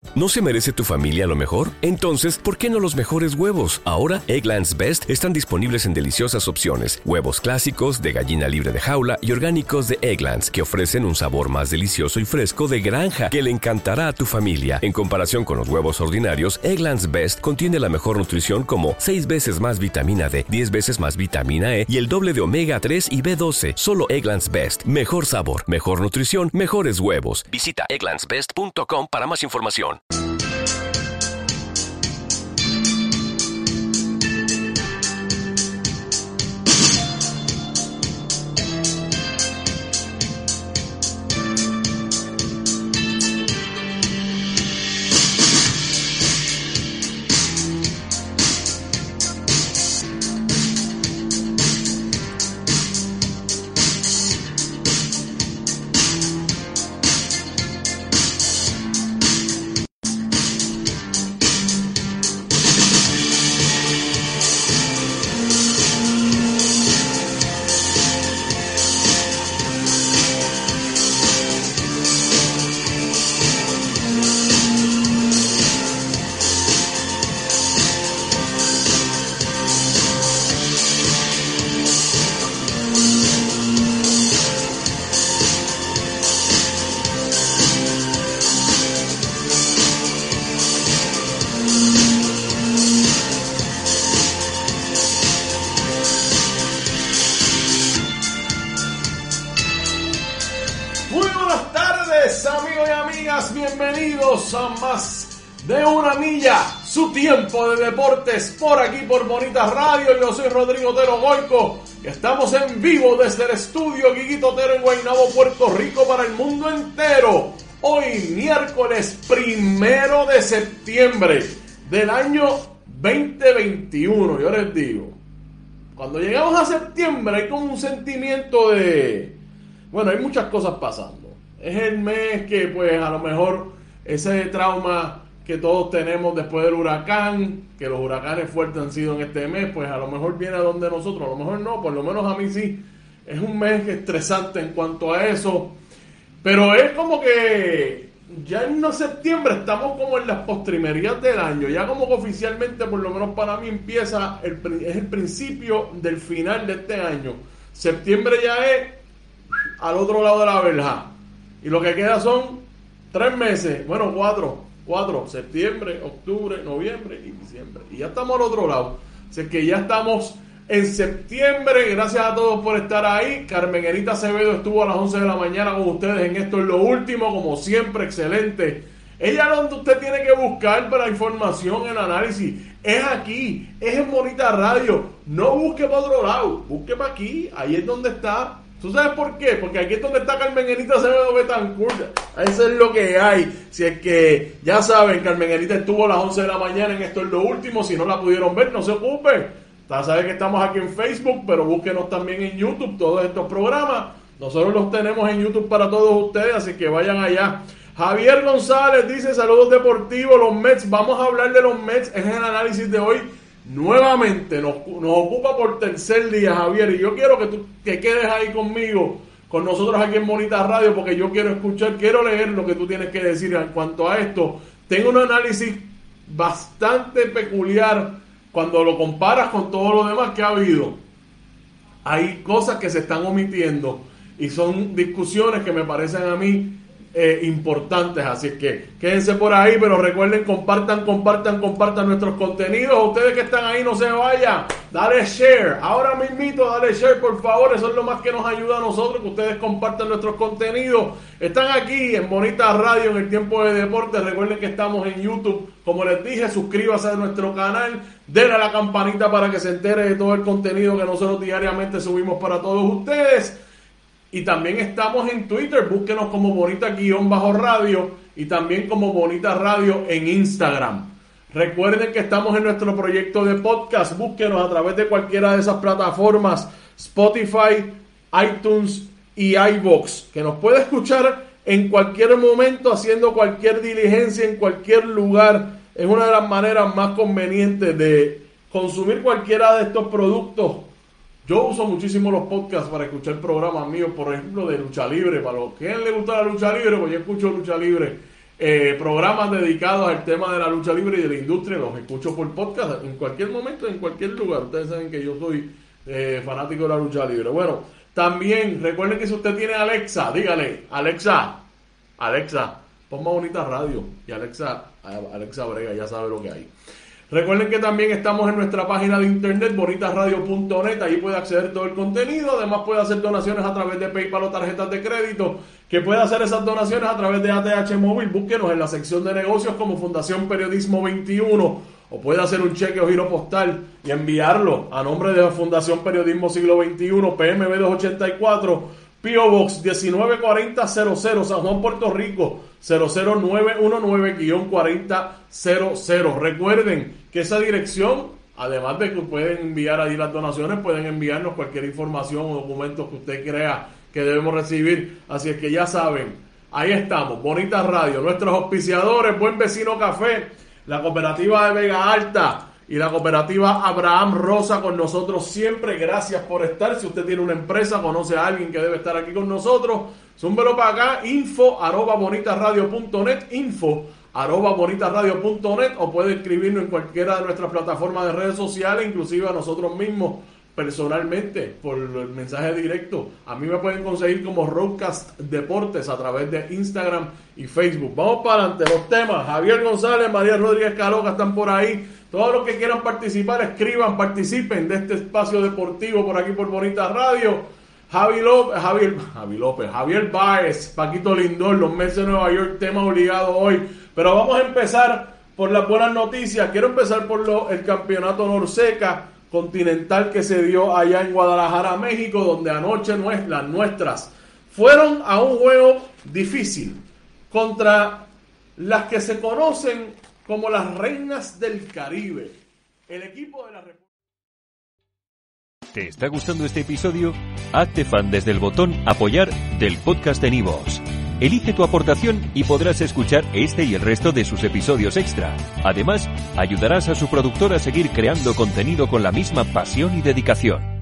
¿No se merece tu familia lo mejor? Entonces, ¿por qué no los mejores huevos? Ahora, Eggland's Best están disponibles en deliciosas opciones. Huevos clásicos, de gallina libre de jaula y orgánicos de Eggland's, que ofrecen un sabor más delicioso y fresco de granja que le encantará a tu familia. En comparación con los huevos ordinarios, Eggland's Best contiene la mejor nutrición como 6 veces más vitamina D, 10 veces más vitamina E y el doble de omega 3 y B12. Solo Eggland's Best. Mejor sabor, mejor nutrición, mejores huevos. Visita egglandsbest.com para más información. Bienvenidos a Más de una Milla, su tiempo de deportes por aquí por Bonita Radio. Yo soy Rodrigo Otero Goico y estamos en vivo desde el estudio Guiguito Otero en Guaynabo, Puerto Rico, para el mundo entero. Hoy miércoles 1 de septiembre del año 2021. Yo les digo, cuando llegamos a septiembre hay como un sentimiento de... Bueno, hay muchas cosas pasando. Es el mes que pues a lo mejor ese trauma que todos tenemos después del huracán, que los huracanes fuertes han sido en este mes, pues a lo mejor viene a donde nosotros, a lo mejor no, por lo menos a mí sí. Es un mes estresante en cuanto a eso, pero es como que ya en septiembre estamos como en las postrimerías del año, ya como que oficialmente, por lo menos para mí, empieza, es el principio del final de este año. Septiembre ya es al otro lado de la verja. Y lo que queda son 3 meses, bueno, 4, septiembre, octubre, noviembre y diciembre. Y ya estamos al otro lado. Así que ya estamos en septiembre. Gracias a todos por estar ahí. Carmen Enita Acevedo estuvo a las 11 de la mañana con ustedes en Esto es lo Último, como siempre, excelente. Ella donde usted tiene que buscar para información, el análisis, es aquí, es en Bonita Radio. No busque para otro lado, busque para aquí, ahí es donde está. ¿Tú sabes por qué? Porque aquí es donde está Carmen Enita Acevedo Betancourt. Eso es lo que hay. Si es que, ya saben, Carmen Enita estuvo a las 11 de la mañana en Esto es lo Último. Si no la pudieron ver, no se ocupen. Ya saben que estamos aquí en Facebook, pero búsquenos también en YouTube todos estos programas. Nosotros los tenemos en YouTube para todos ustedes, así que vayan allá. Javier González dice, saludos deportivos, los Mets. Vamos a hablar de los Mets en el análisis de hoy. Nuevamente nos ocupa por tercer día, Javier, y yo quiero que tú que quedes ahí conmigo, con nosotros aquí en Bonita Radio, porque yo quiero escuchar, quiero leer lo que tú tienes que decir en cuanto a esto. Tengo un análisis bastante peculiar cuando lo comparas con todo lo demás que ha habido. Hay cosas que se están omitiendo y son discusiones que me parecen a mí importantes, así que quédense por ahí, pero recuerden, compartan nuestros contenidos. Ustedes que están ahí, no se vayan, dale share, ahora mismito dale share, por favor, eso es lo más que nos ayuda a nosotros, que ustedes compartan nuestros contenidos. Están aquí en Bonita Radio en el tiempo de deporte. Recuerden que estamos en YouTube, como les dije, suscríbase a nuestro canal, denle a la campanita para que se entere de todo el contenido que nosotros diariamente subimos para todos ustedes. Y también estamos en Twitter, búsquenos como Bonita-Radio y también como Bonita Radio en Instagram. Recuerden que estamos en nuestro proyecto de podcast, búsquenos a través de cualquiera de esas plataformas, Spotify, iTunes y iVoox, que nos puede escuchar en cualquier momento, haciendo cualquier diligencia, en cualquier lugar. Es una de las maneras más convenientes de consumir cualquiera de estos productos. Yo uso muchísimo los podcasts para escuchar programas míos, por ejemplo, de lucha libre. Para los que les gusta la lucha libre, pues yo escucho lucha libre programas dedicados al tema de la lucha libre y de la industria. Los escucho por podcast en cualquier momento, en cualquier lugar. Ustedes saben que yo soy fanático de la lucha libre. Bueno, también recuerden que si usted tiene Alexa, dígale, Alexa, ponme Bonita Radio. Y Alexa brega, ya sabe lo que hay. Recuerden que también estamos en nuestra página de internet, bonitasradio.net. Ahí puede acceder a todo el contenido. Además puede hacer donaciones a través de PayPal o tarjetas de crédito. Que puede hacer esas donaciones a través de ATH Móvil. Búsquenos en la sección de negocios como Fundación Periodismo 21. O puede hacer un cheque o giro postal y enviarlo a nombre de la Fundación Periodismo Siglo XXI, PMB 284, P.O. Box 194000, San Juan, Puerto Rico, 00919-4000. Recuerden que esa dirección, además de que pueden enviar ahí las donaciones, pueden enviarnos cualquier información o documentos que usted crea que debemos recibir. Así es que ya saben, ahí estamos, Bonita Radio, nuestros auspiciadores, Buen Vecino Café, la cooperativa de Vega Alta y la cooperativa Abraham Rosa con nosotros siempre. Gracias por estar. Si usted tiene una empresa, conoce a alguien que debe estar aquí con nosotros, zúmbelo para acá, info@bonitasradio.net, info@bonitasradio.net, o puede escribirnos en cualquiera de nuestras plataformas de redes sociales, inclusive a nosotros mismos personalmente por el mensaje directo. A mí me pueden conseguir como Roadcast Deportes a través de Instagram y Facebook. Vamos para adelante, los temas. Javier González, María Rodríguez Caloca están por ahí. Todos los que quieran participar, escriban, participen de este espacio deportivo por aquí por Bonita Radio. Javier Báez, Paquito Lindor, los Mets de Nueva York, tema obligado hoy. Pero vamos a empezar por las buenas noticias. Quiero empezar por el campeonato Norseca Continental que se dio allá en Guadalajara, México, donde anoche las nuestras fueron a un juego difícil contra las que se conocen como las reinas del Caribe, el equipo de la República. ¿Te está gustando este episodio? Hazte fan desde el botón Apoyar del podcast de Nivos. Elige tu aportación y podrás escuchar este y el resto de sus episodios extra. Además, ayudarás a su productor a seguir creando contenido con la misma pasión y dedicación.